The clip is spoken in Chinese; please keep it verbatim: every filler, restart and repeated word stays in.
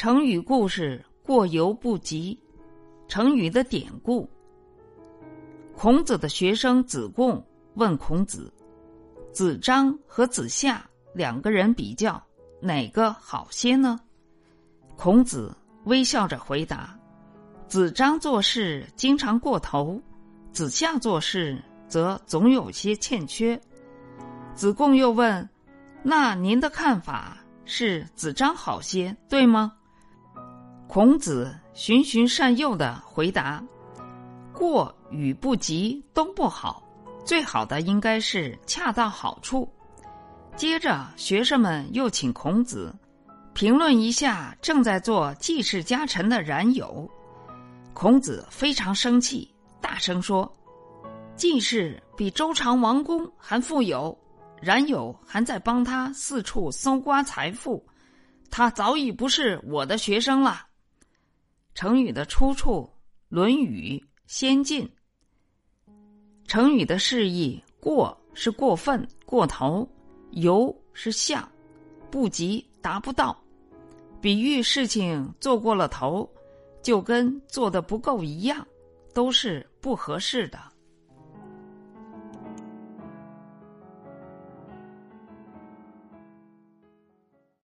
成语故事过犹不及。成语的典故。孔子的学生子贡问孔子，子张和子夏两个人比较，哪个好些呢？孔子微笑着回答，子张做事经常过头，子夏做事则总有些欠缺。子贡又问，那您的看法是子张好些，对吗？孔子循循善诱地回答，过与不及都不好，最好的应该是恰到好处。接着学生们又请孔子评论一下正在做季氏家臣的冉有。孔子非常生气，大声说，季氏比周长王公还富有，冉有还在帮他四处搜刮财富，他早已不是我的学生了。成语的出处，论语先进。成语的释义，过是过分过头，犹是像，不及达不到，比喻事情做过了头，就跟做得不够一样，都是不合适的。